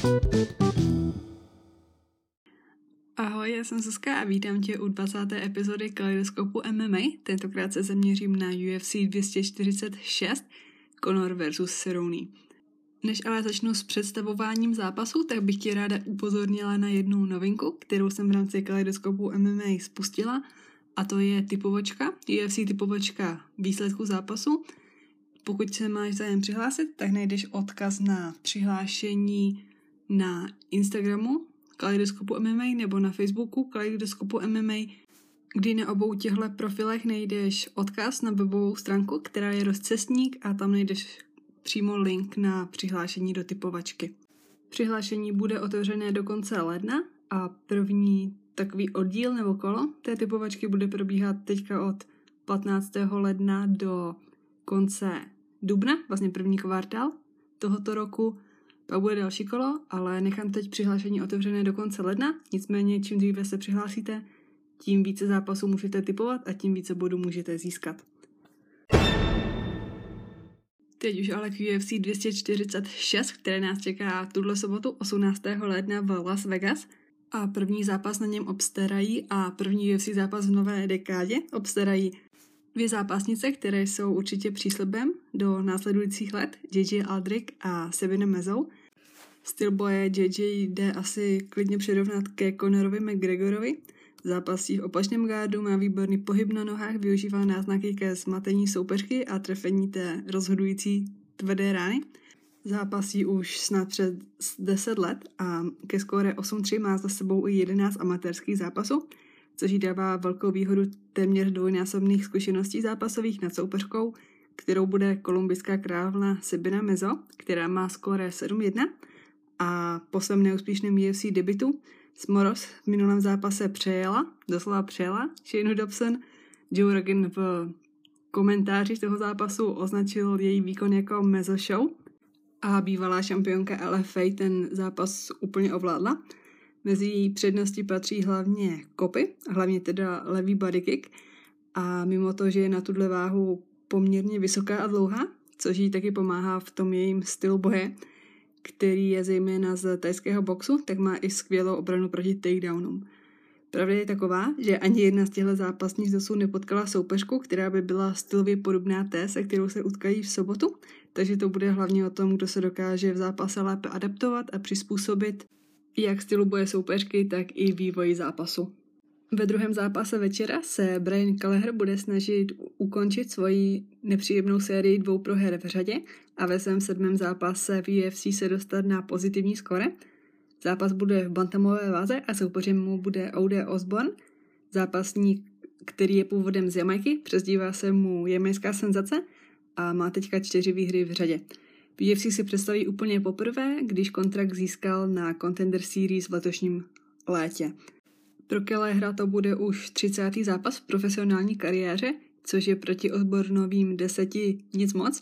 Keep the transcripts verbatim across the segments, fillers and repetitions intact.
Ahoj, já jsem Zuzka a vítám tě u dvacáté epizody Kaleidoskopu M M A. Tentokrát se zaměřím na U F C dvě stě čtyřicet šest, Conor versus Cerrone. Než ale začnu s představováním zápasu, tak bych ti ráda upozornila na jednu novinku, kterou jsem v rámci Kaleidoskopu M M A spustila, a to je typovačka, U F C typovačka výsledku zápasu. Pokud se máš zájem přihlásit, tak najdeš odkaz na přihlášení na Instagramu Kaleidoskopu M M A nebo na Facebooku Kaleidoskopu M M A, kdy na obou těchto profilech najdeš odkaz na webovou stránku, která je rozcestník, a tam najdeš přímo link na přihlášení do typovačky. Přihlášení bude otevřené do konce ledna a první takový oddíl nebo kolo té typovačky bude probíhat teďka od patnáctého ledna do konce dubna, vlastně první kvartál tohoto roku. Pak bude další kolo, ale nechám teď přihlášení otevřené do konce ledna, nicméně čím dříve se přihlásíte, tím více zápasů můžete tipovat a tím více bodů můžete získat. Teď už ale k U F C dvě stě čtyřicet šest, které nás čeká tuhle sobotu osmnáctého ledna v Las Vegas, a první zápas na něm obstarají a první U F C zápas v nové dekádě obstarají dvě zápasnice, které jsou určitě příslibem do následujících let, J J Aldrich a Sabina Mazo. Styl boje J J jde asi klidně přirovnat ke Conorovi McGregorovi. Zápasí v opačném gádu, má výborný pohyb na nohách, využívá náznaky ke zmatení soupeřky a trefení té rozhodující tvrdé rány. Zápasí už snad před deset let a ke skóre osm tři má za sebou i jedenáct amatérských zápasů, což jí dává velkou výhodu téměř dvojnásobných zkušeností zápasových nad soupeřkou, kterou bude kolumbijská královna Sabina Mazo, která má skóre sedm jedna, a po svém neúspěšném U F C debutu Smoros v minulém zápase přejela, doslova přejela Shane Dobson. Joe Rogan v komentáři toho zápasu označil její výkon jako Mazo show a bývalá šampionka L F A ten zápas úplně ovládla. Mezi její přednosti patří hlavně kopy, hlavně teda levý body kick, a mimo to, že je na tuhle váhu poměrně vysoká a dlouhá, což jí taky pomáhá v tom jejím stylu boje, který je zejména z thajského boxu, tak má i skvělou obranu proti takedownům. Pravda je taková, že ani jedna z těchto zápasnic dosud nepotkala soupeřku, která by byla stylově podobná té, se kterou se utkají v sobotu, takže to bude hlavně o tom, kdo se dokáže v zápase lépe adaptovat a přizpůsobit jak stylu boje soupeřky, tak i vývoji zápasu. Ve druhém zápase večera se Brian Kelleher bude snažit ukončit svoji nepříjemnou sérii dvou proher v řadě a ve svém sedmém zápase v U F C se dostat na pozitivní skóre. Zápas bude v bantamové váze a soupeřem mu bude Ode Osborne, zápasník, který je původem z Jamajky, přezdívá se mu Jamajská senzace a má teďka čtyři výhry v řadě. V U F C si představí úplně poprvé, když kontrakt získal na Contender Series v letošním létě. Pro Kellehera to bude už třicátý zápas v profesionální kariéře, což je proti Osbornovým deseti nic moc,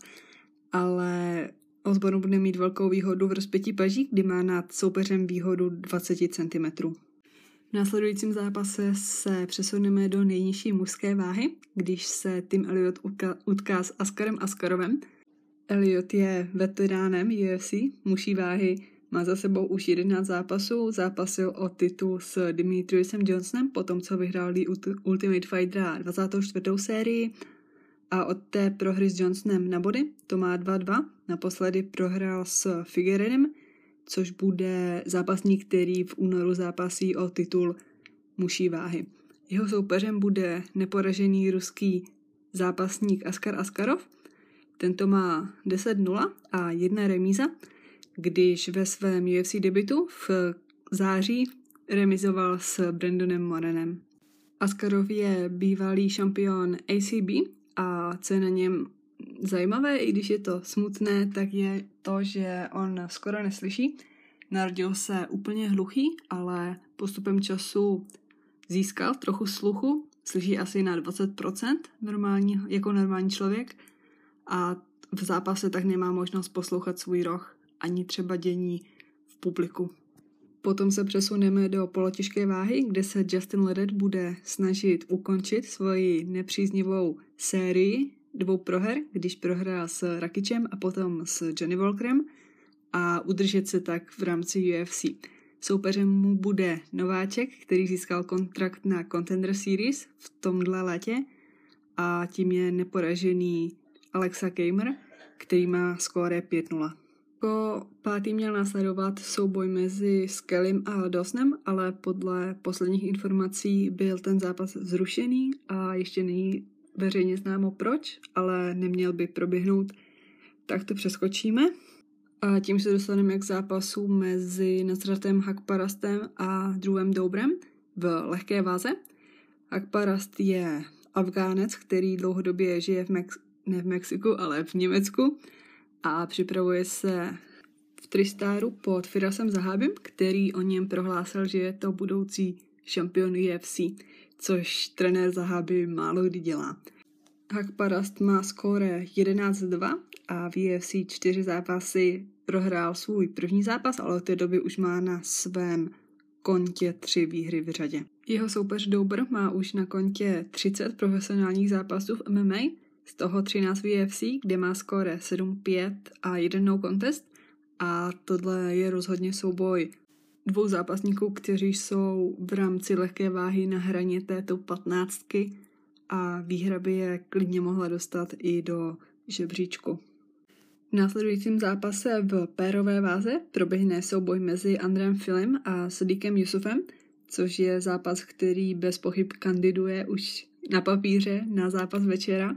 ale Osborne bude mít velkou výhodu v rozpětí paží, kdy má nad soupeřem výhodu dvacet centimetrů. V následujícím zápase se přesuneme do nejnižší mužské váhy, když se Tim Elliott utká s Askarem Askarovem. Elliott je veteránem U F C mužší váhy, má za sebou už jedenáct zápasů, zápasil o titul s Demetriusem Johnsonem, potom co vyhrál Ultimate Fightera dvacátou čtvrtou sérii, a od té prohry s Johnsonem na body to má dva dva. Naposledy prohrál s Figueiredem, což bude zápasník, který v únoru zápasí o titul mužší váhy. Jeho soupeřem bude neporažený ruský zápasník Askar Askarov. Tento má deset nula a jedna remíza, když ve svém U F C debutu v září remizoval s Brandonem Moranem. Askarov je bývalý šampion A C B a co je na něm zajímavé, i když je to smutné, tak je to, že on skoro neslyší. Narodil se úplně hluchý, ale postupem času získal trochu sluchu, slyší asi na dvacet procent normální, jako normální člověk, a v zápase tak nemá možnost poslouchat svůj roh ani třeba dění v publiku. Potom se přesuneme do polotěžké váhy, kde se Justin Ledet bude snažit ukončit svoji nepříznivou sérii dvou proher, když prohrál s Rakičem a potom s Johnny Walkerem. a udržet se tak v rámci U F C. Soupeřem mu bude nováček, který získal kontrakt na Contender Series v tomhle létě a tím je neporažený Alexa Kamer, který má skóre pět nula. Jako pátý měl následovat souboj mezi Skellym a Dawsonem, ale podle posledních informací byl ten zápas zrušený a ještě není veřejně známo proč, ale neměl by proběhnout, tak to přeskočíme. A tím se dostaneme k zápasu mezi Nasratem Haqparastem a Drewem Doubrem v lehké váze. Haqparast je Afgánec, který dlouhodobě žije v Mex- ne v Mexiku, ale v Německu a připravuje se v Tristaru pod Firasem Zahabim, který o něm prohlásil, že je to budoucí šampion U F C, což trenér Zahabi málo kdy dělá. Haqparast má skóre jedenáct dva a v U F C čtyři zápasy prohrál svůj první zápas, ale od té doby už má na svém kontě tři výhry v řadě. Jeho soupeř Doubr má už na kontě třicet profesionálních zápasů v M M A, z toho třináct v U F C, kde má skóre sedm pět a jeden no contest a tohle je rozhodně souboj dvou zápasníků, kteří jsou v rámci lehké váhy na hraně této patnáctky a výhra by je klidně mohla dostat i do žebříčku. V následujícím zápase v pérové váze proběhne souboj mezi Andrem Filem a Sodikem Yusufem, což je zápas, který bez pochyb kandiduje už na papíře na zápas večera.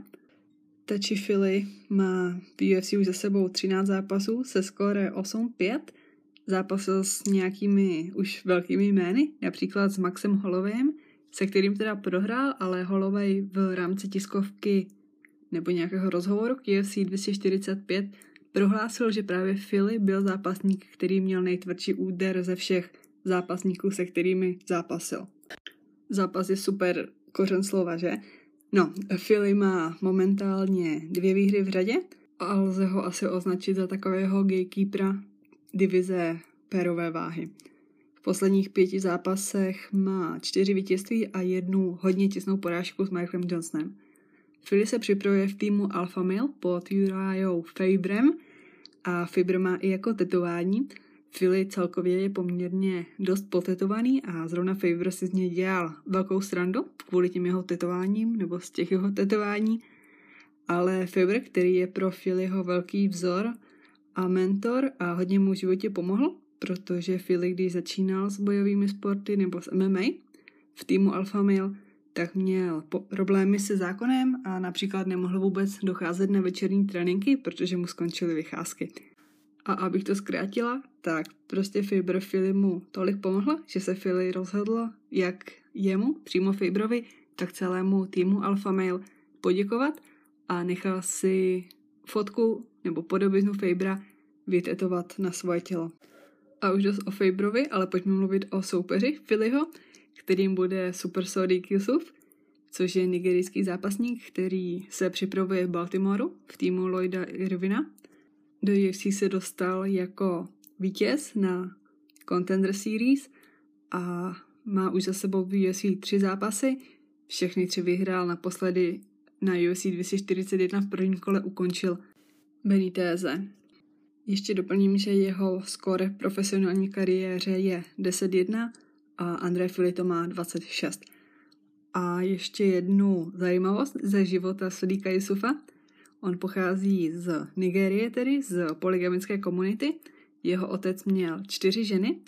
Tachi Fili má v U F C už za sebou třináct zápasů se skóre osm pět. Zápasil s nějakými už velkými jmény, například s Maxem Hollowayem, se kterým teda prohrál, ale Holloway v rámci tiskovky nebo nějakého rozhovoru k U F C dvě stě čtyřicet pět prohlásil, že právě Fili byl zápasník, který měl nejtvrdší úder ze všech zápasníků, se kterými zápasil. Zápas je super kořen slova, že? No, Fili má momentálně dvě výhry v řadě a lze ho asi označit za takového gatekeepera divize pérové váhy. V posledních pěti zápasech má čtyři vítězství a jednu hodně těsnou porážku s Michaelem Johnsonem. Fili se připravuje v týmu Alpha Male pod Uriahou Faberem a Faber má i jako tetování. Fili celkově je poměrně dost potetovaný a zrovna Faber si z něj dělal velkou srandu kvůli těm jeho tetováním nebo z těch jeho tetování, ale Faber, který je pro Filiho velký vzor a mentor a hodně mu v životě pomohl, protože Fili, když začínal s bojovými sporty nebo s M M A v týmu Alpha Male, tak měl problémy se zákonem a například nemohl vůbec docházet na večerní tréninky, protože mu skončily vycházky. A abych to zkrátila, tak prostě Faber Fili mu tolik pomohl, že se Fili rozhodl, jak jemu, přímo Faberovi, tak celému týmu Alpha Male poděkovat a nechal si fotku nebo podobiznu Fabera vytetovat na svoje tělo. A už dost o Faberovi, ale pojďme mluvit o soupeři Filiho, kterým bude Super Sodiq Yusuf, což je nigerijský zápasník, který se připravuje v Baltimoru v týmu Lloyda Irvina. Do U F C se dostal jako vítěz na Contender Series a má už za sebou v U F C tři zápasy. Všechny tři vyhrál, naposledy na U F C dvě stě čtyřicet jedna v prvním kole ukončil Beniteze. Ještě doplním, že jeho skóre v profesionální kariéře je deset jedna a André Fili to má dvacet šest. A ještě jednu zajímavost ze života Sodiqa Yusufa. On pochází z Nigérie, tedy z polygamické komunity. Jeho otec měl čtyři ženy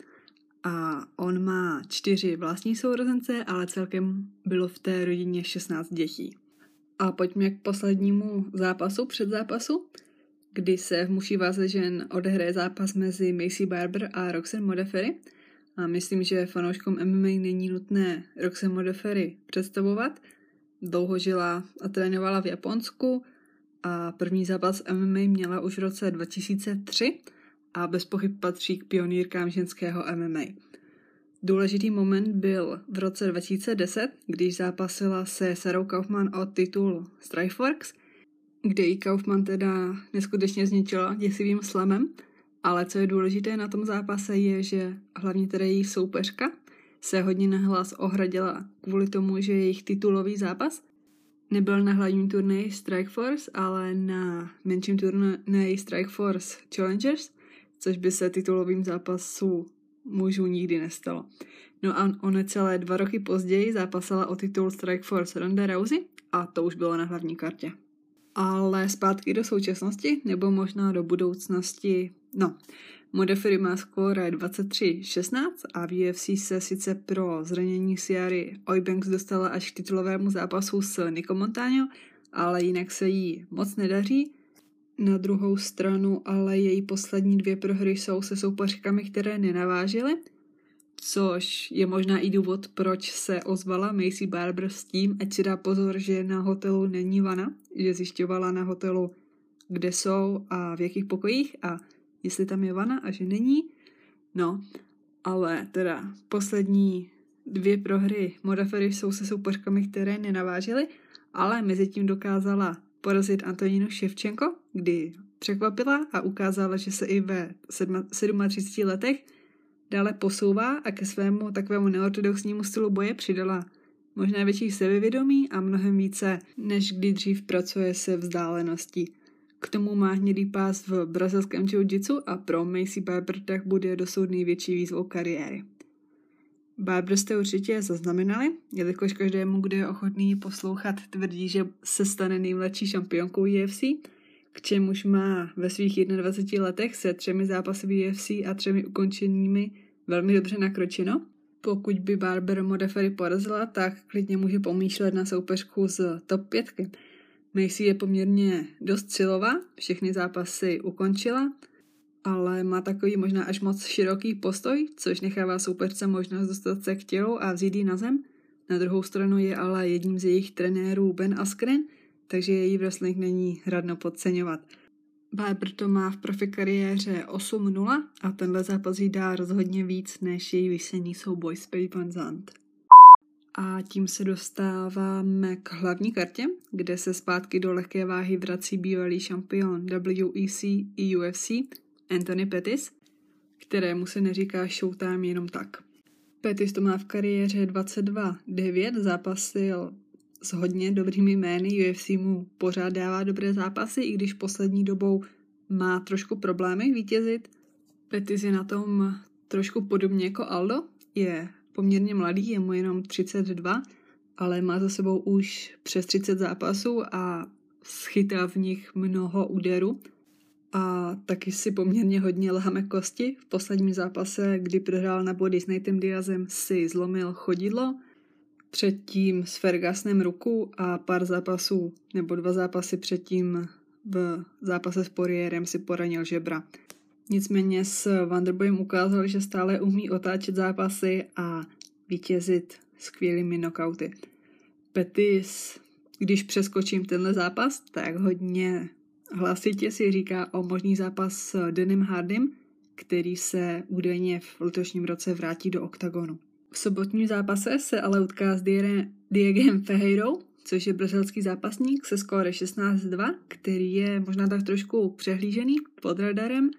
a on má čtyři vlastní sourozence, ale celkem bylo v té rodině šestnáct dětí. A pojďme k poslednímu zápasu před zápasu, kdy se v muší váze žen odehraje zápas mezi Macy Barber a Roxanne Modafferi. A myslím, že fanouškům M M A není nutné Roxanne Modafferi představovat. Dlouho žila a trénovala v Japonsku a první zápas M M A měla už v roce dva tisíce tři a bez pochyb patří k pionýrkám ženského M M A. Důležitý moment byl v roce dva tisíce deset, když zápasila se Sarou Kaufman o titul Strikeforce, kde i Kaufman teda neskutečně zničila děsivým slamem, ale co je důležité na tom zápase je, že hlavně teda její soupeřka se hodně nahlas ohradila kvůli tomu, že jejich titulový zápas nebyl na hlavním turnaji Strikeforce, ale na menším turnaji Strikeforce Challengers, což by se titulovým zápasu mužů nikdy nestalo. No a o necelé dva roky později zápasila o titul Strikeforce Ronda Rousey a to už bylo na hlavní kartě. Ale zpátky do současnosti, nebo možná do budoucnosti, no, Modafferi má skóre dvacet tři šestnáct a v U F C se sice pro zranění Ciary Eubanks dostala až k titulovému zápasu s Nico Montano, ale jinak se jí moc nedaří. Na druhou stranu ale její poslední dvě prohry jsou se soupeřkami, které nenavážily, což je možná i důvod, proč se ozvala Maycee Barber s tím, ať si dá pozor, že na hotelu není vana, že zjišťovala na hotelu, kde jsou a v jakých pokojích a jestli tam je vana a že není. No, ale teda poslední dvě prohry Modafferi jsou se soupeřkami, které nenavážily, ale mezi tím dokázala porazit Antonínu Ševčenko, kdy překvapila a ukázala, že se i ve třiceti sedmi letech dále posouvá a ke svému takovému neortodoxnímu stylu boje přidala možná větší sebevědomí a mnohem více, než kdy dřív pracuje se vzdáleností. K tomu má hnědý pás v brazilském jiu-jitsu a pro Maycee Barber tak bude dosud největší výzvou kariéry. Barber jste určitě zaznamenali, jelikož každému, kdo je ochotný poslouchat, tvrdí, že se stane nejmladší šampionkou U F C, k čemuž má ve svých dvaceti jedné letech se třemi zápasy v U F C a třemi ukončeními velmi dobře nakročeno. Pokud by Barber Modafferi porazila, tak klidně může pomýšlet na soupeřku z top pětky. Maycee je poměrně dost silová, všechny zápasy ukončila, ale má takový možná až moc široký postoj, což nechává soupeřce možnost dostat se k tělu a vzít ji na zem. Na druhou stranu je ale jedním z jejich trenérů Ben Askren, takže její wrestling není radno podceňovat. Barber to má v profi kariéře osm nula a tenhle zápas jí dá rozhodně víc než její vysněný souboj s Paddy Pimblett. A tím se dostáváme k hlavní kartě, kde se zpátky do lehké váhy vrací bývalý šampion W E C i U F C Anthony Pettis, kterému se neříká Showtime jenom tak. Pettis to má v kariéře dvacet dva devět, zápasil s hodně dobrými jmény, U F C mu pořád dává dobré zápasy, i když poslední dobou má trošku problémy vítězit. Pettis je na tom trošku podobně jako Aldo, je poměrně mladý, je mu jenom třicet dva, ale má za sebou už přes třicet zápasů a schytá v nich mnoho úderů. A taky si poměrně hodně lhame kosti. V posledním zápase, kdy prohrál na body s Natem Diazem, si zlomil chodidlo, předtím s Fergusonem ruku a pár zápasů, nebo dva zápasy předtím v zápase s Poirierem si poranil žebra. Nicméně s Wonderboyem ukázal, že stále umí otáčet zápasy a vítězit skvělými knockouty. Pettis, když přeskočím tenhle zápas, tak hodně hlasitě si říká o možný zápas s Danem Hardym, který se údajně v letošním roce vrátí do oktagonu. V sobotním zápase se ale utká s Diegem Ferreirou, což je brazilský zápasník se skóre šestnáct dva, který je možná tak trošku přehlížený pod radarem,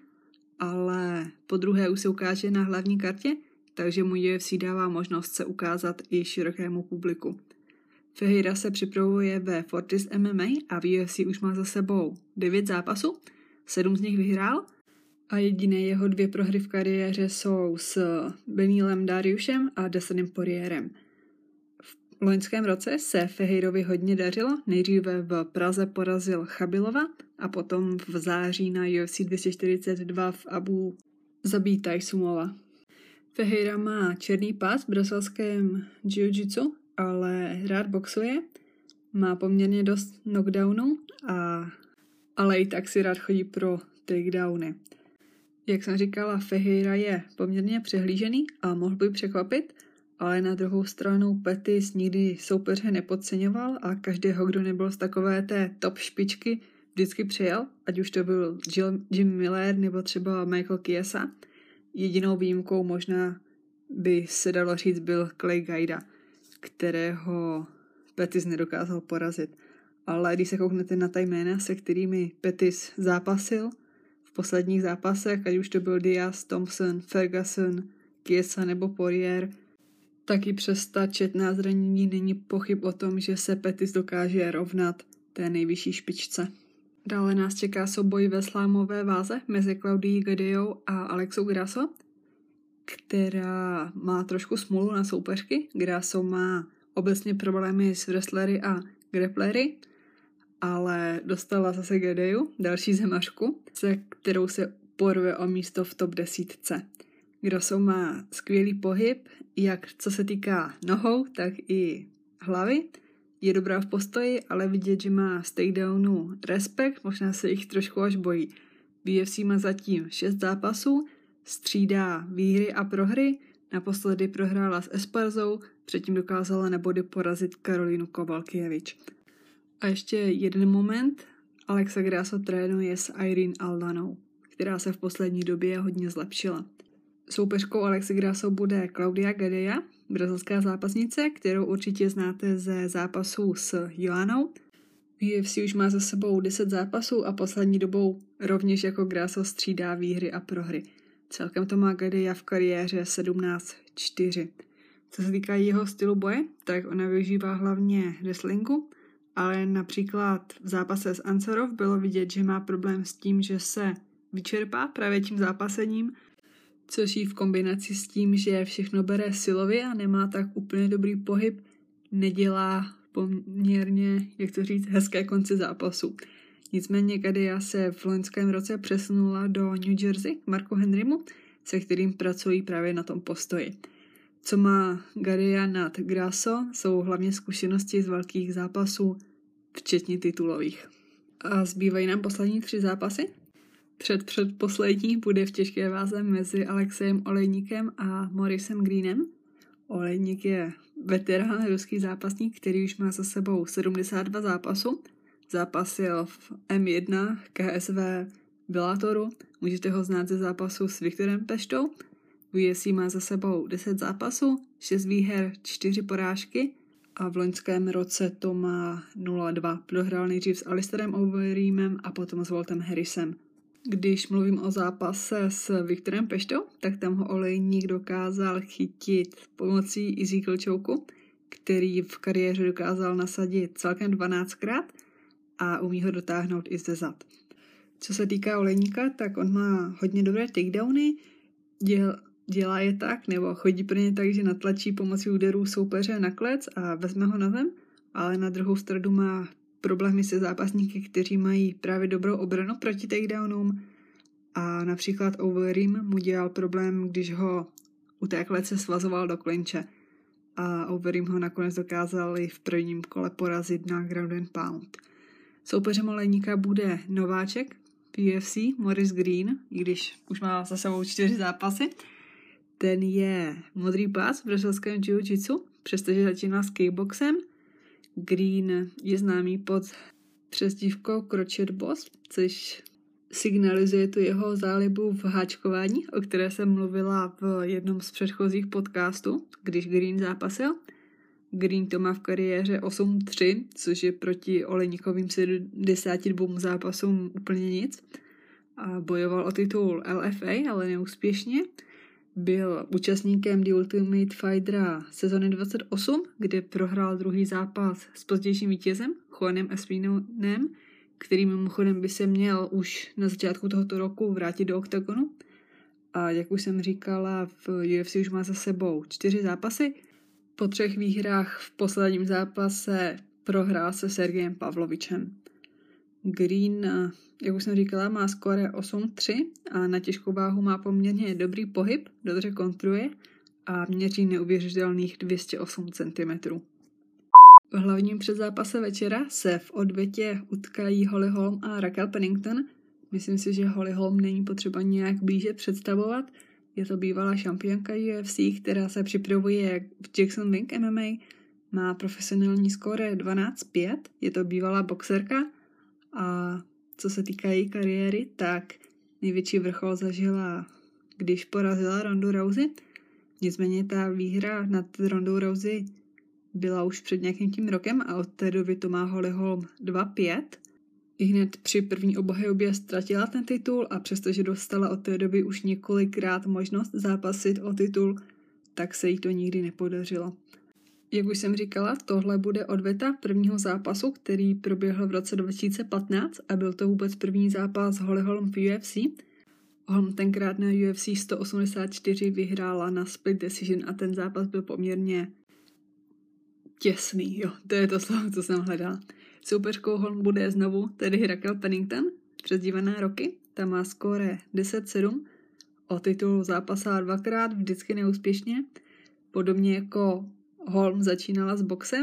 ale po druhé už se ukáže na hlavní kartě, takže mu U F C dává možnost se ukázat i širokému publiku. Ferreira se připravuje ve Fortis M M A a v U F C už má za sebou devět zápasů, sedm z nich vyhrál a jediné jeho dvě prohry v kariéře jsou s Benilem Dariušem a Dustin Poirierem. V loňském roce se Ferreirovi hodně dařilo, nejdříve v Praze porazil Chabilova a potom v září na U F C dvě stě čtyřicet dva v Abu Zabí Taisumova. Ferreira má černý pás v brazilském jiu-jitsu, ale rád boxuje, má poměrně dost knockdownů, a, ale i tak si rád chodí pro takedowny. Jak jsem říkala, Ferreira je poměrně přehlížený a mohl by překvapit, ale na druhou stranu Pettis nikdy soupeře nepodceňoval a každého, kdo nebyl z takové té top špičky, vždycky přijel, ať už to byl Jim Miller nebo třeba Michael Chiesa. Jedinou výjimkou možná by se dalo říct byl Clay Guida, kterého Pettis nedokázal porazit. Ale když se kouknete na ta jména, se kterými Pettis zápasil v posledních zápasech, ať už to byl Diaz, Thompson, Ferguson, Chiesa nebo Poirier, tak i přes ta četná zranění není pochyb o tom, že se Pettis dokáže rovnat té nejvyšší špičce. Dále nás čeká souboj ve slámové váze mezi Claudií Gadeou a Alexou Grasso, která má trošku smůlu na soupeřky. Grasso má obecně problémy s wrestlery a grapplery, ale dostala zase Gadeu, další zemařku, se kterou se porve o místo v top desítce. Grasso má skvělý pohyb, jak co se týká nohou, tak i hlavy. Je dobrá v postoji, ale vidět, že má z takedownů respekt, možná se jich trošku až bojí. V U F C má zatím šest zápasů, střídá výhry a prohry, naposledy prohrála s Esparzou, předtím dokázala na body porazit Karolínu Kovalkiewicz. A ještě jeden moment, Alexa Grasso trénuje s Irene Aldanou, která se v poslední době hodně zlepšila. Soupeřkou Alexy Grasso bude Claudia Gadeja, brazilská zápasnice, kterou určitě znáte ze zápasů s Joannou. V U F C už má za sebou deset zápasů a poslední dobou rovněž jako Grasso střídá výhry a prohry. Celkem to má Gadeja v kariéře sedmnáct čtyři. Co se týká jeho stylu boje, tak ona využívá hlavně wrestlingu, ale například v zápase s Ancarov bylo vidět, že má problém s tím, že se vyčerpá právě tím zápasením, což jí v kombinaci s tím, že všechno bere silově a nemá tak úplně dobrý pohyb, nedělá poměrně, jak to říct, hezké konce zápasu. Nicméně Gadeja se v loňském roce přesunula do New Jersey k Marku Henrymu, se kterým pracují právě na tom postoji. Co má Gadeja nad Grasso, jsou hlavně zkušenosti z velkých zápasů, včetně titulových. A zbývají nám poslední tři zápasy. Před předposlední bude v těžké váze mezi Alexejem Olejníkem a Mauriceem Greenem. Olejník je veterán ruský zápasník, který už má za sebou sedmdesát dva zápasů. Zápasil v M jedna, K S V, Bellatoru. Můžete ho znát ze zápasu s Viktorem Peštou. V U F C má za sebou deset zápasů, šest výher, čtyři porážky a v loňském roce to má nula dva. Prohrál nejdřív s Alistairem Overeemem a potom s Waltem Harrisem. Když mluvím o zápase s Viktorem Peštou, tak tam ho Olejník dokázal chytit pomocí Ezekiel choku, který v kariéře dokázal nasadit celkem dvanáctkrát a umí ho dotáhnout i ze zad. Co se týká Olejníka, tak on má hodně dobré takedowny, děl, dělá je tak, nebo chodí pro ně tak, že natlačí pomocí úderů soupeře na klec a vezme ho na zem, ale na druhou stranu má problémy se zápasníky, kteří mají právě dobrou obranu proti takedownům a například Overeem mu dělal problém, když ho u té klece svazoval do klinče a Overeem ho nakonec dokázal i v prvním kole porazit na ground and pound. Soupeřem Olejníka bude nováček v U F C, Maurice Green, i když už má za sebou čtyři zápasy. Ten je modrý pás v brazilském jiu-jitsu, přestože začínal s kickboxem. Green je známý pod přezdívkou Crochet Boss, což signalizuje tu jeho zálibu v háčkování, o které jsem mluvila v jednom z předchozích podcastů, když Green zápasil. Green to má v kariéře osm tři, což je proti Olejníkovým sedmdesáti dvěma zápasům úplně nic. A bojoval o titul L F A, ale neúspěšně. Byl účastníkem The Ultimate Fightera sezony dvacet osm, kde prohrál druhý zápas s pozdějším vítězem, Juanem Espinonem, který mimochodem by se měl už na začátku tohoto roku vrátit do oktagonu. A jak už jsem říkala, v U F C už má za sebou čtyři zápasy. Po třech výhrách v posledním zápase prohrál se Sergejem Pavlovičem. Green, jak už jsem říkala, má skóre osm tři a na těžkou váhu má poměrně dobrý pohyb, dobře kontruje a měří neuvěřitelných dvě stě osm centimetrů. V hlavním předzápase večera se v odvětě utkají Holly Holm a Raquel Pennington. Myslím si, že Holly Holm není potřeba nějak blíže představovat. Je to bývalá šampionka U F C, která se připravuje v Jackson Wink M M A. Má profesionální skóre dvanáct pět, je to bývalá boxerka a co se týká její kariéry, tak největší vrchol zažila, když porazila Rondu Rousey. Nicméně ta výhra nad Rondou Rousey byla už před nějakým tím rokem a od té doby to má Holly Holm dva pět. I hned při první obhajobě ztratila ten titul a přestože dostala od té doby už několikrát možnost zápasit o titul, tak se jí to nikdy nepodařilo. Jak už jsem říkala, tohle bude odveta prvního zápasu, který proběhl v roce dva tisíce patnáct a byl to vůbec první zápas Holly Holm v U F C. Holm tenkrát na U F C sto osmdesát čtyři vyhrála na split decision a ten zápas byl poměrně těsný, jo, to je to slovo, co jsem hledala. Soupeřkou Holm bude znovu tedy Raquel Pennington, přezdívaná Rocky, ta má skóre deset sedm, o titul zápasala dvakrát, vždycky neúspěšně, podobně jako Holm začínala s boxem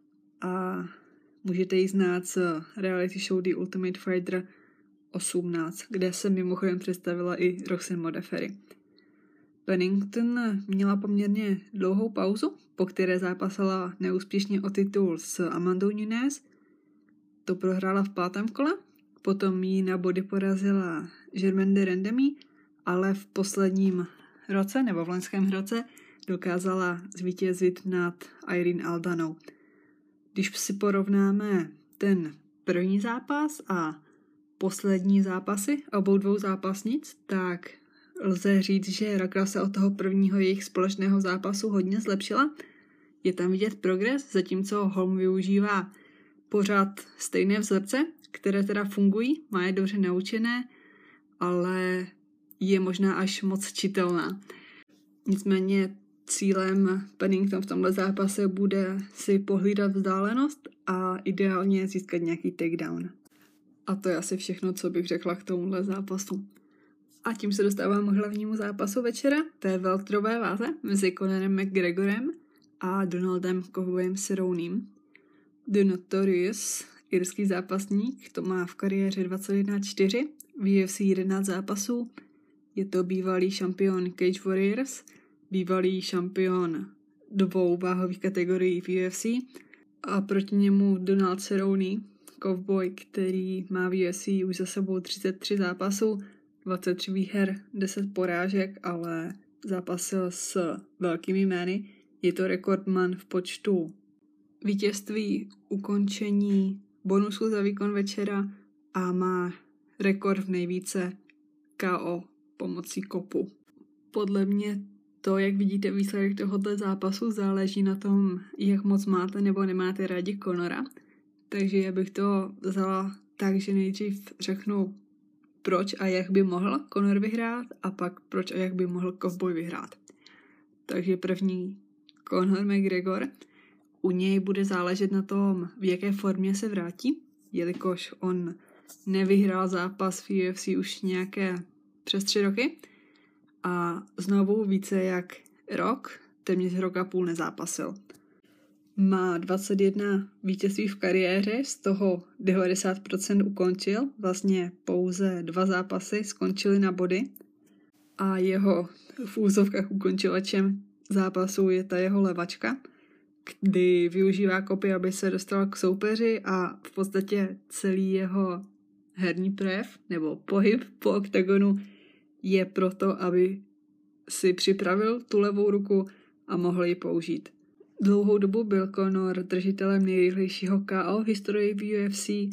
a můžete ji znát z reality show The Ultimate Fighter osmnáct, kde se mimochodem představila i Roxanne Modafferi. Pennington měla poměrně dlouhou pauzu, po které zápasila neúspěšně o titul s Amandou Nunes. To prohrála v pátém kole, potom ji na body porazila Germaine de Randamie, ale v posledním roce, nebo v loňském roce, dokázala zvítězit nad Irene Aldanou. Když si porovnáme ten první zápas a poslední zápasy obou dvou zápasnic, tak lze říct, že Raquel se od toho prvního jejich společného zápasu hodně zlepšila. Je tam vidět progres, zatímco Holm využívá pořád stejné vzorce, které teda fungují, má je dobře naučené, ale je možná až moc čitelná. Nicméně cílem Pennington v tomhle zápase bude si pohlídat vzdálenost a ideálně získat nějaký takedown. A to je asi všechno, co bych řekla k tomuhle zápasu. A tím se dostávám k hlavnímu zápasu večera, to je welterové váze mezi Conorem McGregorem a Donaldem Cowboyem Cerronem. The Notorious, irský zápasník, to má v kariéře dvacet jedna čtyři, v U F C jedenáct zápasů, je to bývalý šampion Cage Warriors, bývalý šampion dvou váhových kategorií v U F C a proti němu Donald Cerrone, Cowboy, který má v U F C už za sebou třicet tři zápasů, dvacet tři výher, deset porážek, ale zápasil s velkými jmény. Je to rekordman v počtu vítězství, ukončení, bonusu za výkon večera a má rekord v nejvíce K O pomocí kopu. Podle mě to, jak vidíte výsledek tohoto zápasu, záleží na tom, jak moc máte nebo nemáte rádi Conora. Takže já bych to vzala tak, že nejdřív řeknu, proč a jak by mohl Conor vyhrát a pak proč a jak by mohl Cowboy vyhrát. Takže první Conor McGregor. U něj bude záležet na tom, v jaké formě se vrátí, jelikož on nevyhrál zápas v U F C už nějaké přes tři roky a znovu více jak rok, téměř rok a půl nezápasil. Má dvacet jedna vítězství v kariéře, z toho devadesát procent ukončil, vlastně pouze dva zápasy skončily na body a jeho v úzovkách ukončilačem zápasu je ta jeho levačka, kdy využívá kopy, aby se dostal k soupeři a v podstatě celý jeho herní projev nebo pohyb po oktagonu je proto, aby si připravil tu levou ruku a mohl ji použít. Dlouhou dobu byl Conor držitelem nejrychlejšího K O v historii v U F C,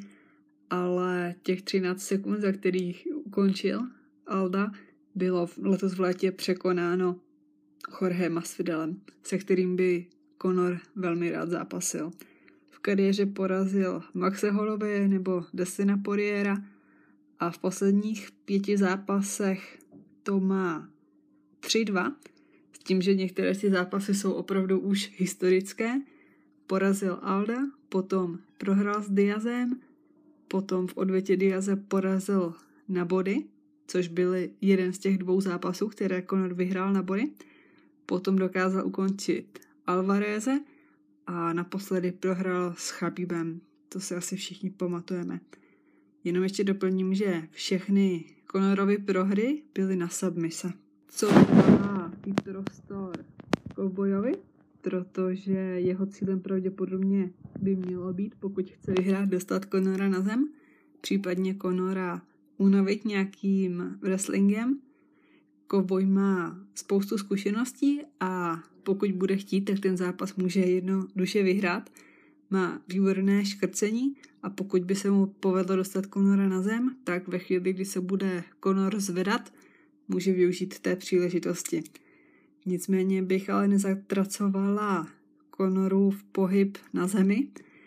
ale těch třináct sekund, za kterých ukončil Alda, bylo letos v létě překonáno Jorge Masvidalem, se kterým by Conor velmi rád zápasil. V kariéře porazil Maxe Holloway nebo Dustina Poiriera a v posledních pěti zápasech to má tři dva, s tím, že některé ty zápasy jsou opravdu už historické. Porazil Alda, potom prohrál s Diazem, potom v odvětě Diaze porazil na body, což byly jeden z těch dvou zápasů, které Conor vyhrál na body. Potom dokázal ukončit Alvareze a naposledy prohrál s Khabibem. To si asi všichni pamatujeme. Jenom ještě doplním, že všechny Conorovy prohry byly na submise. Co dává i prostor Cowboyovi, protože jeho cílem pravděpodobně by mělo být, pokud chce vyhrát, dostat Conora na zem, případně Conora unavit nějakým wrestlingem. Cowboy má spoustu zkušeností a pokud bude chtít, tak ten zápas může jednoduše vyhrát. Má výborné škrcení a pokud by se mu povedlo dostat Conora na zem, tak ve chvíli, kdy se bude Conor zvedat, může využít té příležitosti. Nicméně bych ale nezatracovala Conorův pohyb na zemi,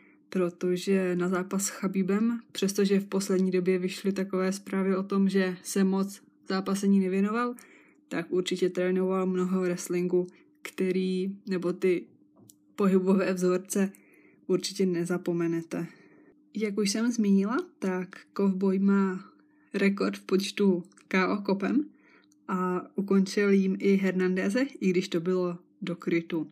protože na zápas s Chabibem, přestože v poslední době vyšly takové zprávy o tom, že se moc zápasení nevěnoval, tak určitě trénoval mnoho wrestlingu, který, nebo ty pohybové vzorce určitě nezapomenete. Jak už jsem zmínila, tak Cowboy má rekord v počtu K O kopem a ukončil jim i Hernandeze, i když to bylo do krytu.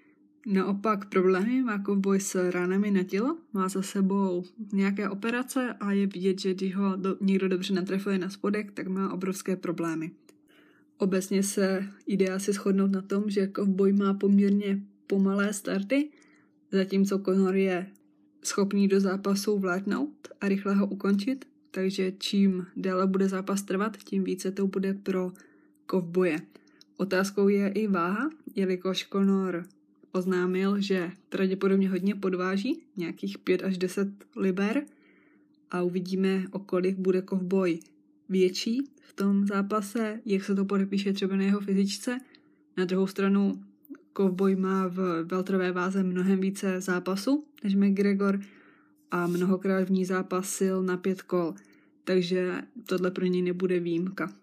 Naopak problémy má Cowboy s ránami na tělo, má za sebou nějaké operace a je vidět, že když ho do, někdo dobře natrefuje na spodek, tak má obrovské problémy. Obecně se jde asi shodnout na tom, že Cowboy má poměrně pomalé starty, zatímco Conor je schopný do zápasu vlétnout a rychle ho ukončit, takže čím déle bude zápas trvat, tím více to bude pro Cowboye. Otázkou je i váha, jelikož Conor oznámil, že pravděpodobně hodně podváží, nějakých pět až deset liber, a uvidíme, o kolik bude Cowboy větší v tom zápase, jak se to podepíše třeba na jeho fyzičce. Na druhou stranu Cowboy má v welterové váze mnohem více zápasu než McGregor a mnohokrát v ní zápasil na pět kol, takže tohle pro něj nebude výjimka.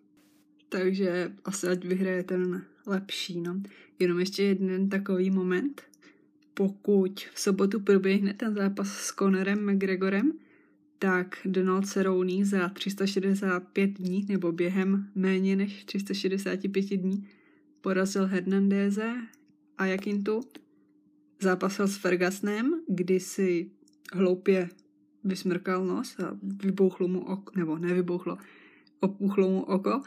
Takže asi ať vyhraje ten lepší. No. Jenom ještě jeden takový moment. Pokud v sobotu proběhne ten zápas s Conorem McGregorem, tak Donald Cerrone za tři sta šedesát pět dní, nebo během méně než tři sta šedesát pět dní, porazil Hernandeze a Jakintu. Zápasil s Fergusonem, kdy si hloupě vysmrkal nos a vybouchlo mu oko, nebo nevybouchlo, opuchlo mu oko.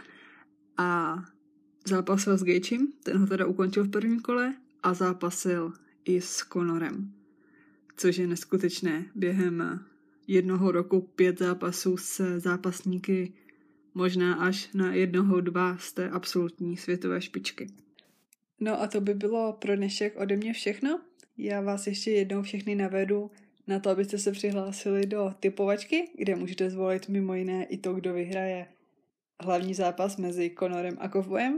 A zápasil s Gaethjem, ten ho teda ukončil v prvním kole, a zápasil i s Conorem, což je neskutečné. Během jednoho roku pět zápasů se zápasníky, možná až na jednoho, dva z té absolutní světové špičky. No a to by bylo pro dnešek ode mě všechno. Já vás ještě jednou všechny navedu na to, abyste se přihlásili do typovačky, kde můžete zvolit mimo jiné i to, kdo vyhraje hlavní zápas mezi Conorem a Cowboyem,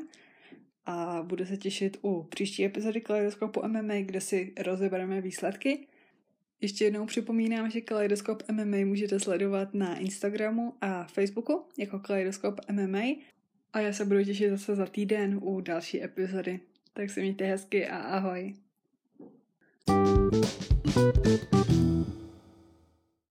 a budu se těšit u příští epizody Kaleidoskopu M M A, kde si rozebereme výsledky. Ještě jednou připomínám, že Kaleidoskop M M A můžete sledovat na Instagramu a Facebooku jako Kaleidoskop M M A a já se budu těšit zase za týden u další epizody. Tak se mějte hezky a ahoj.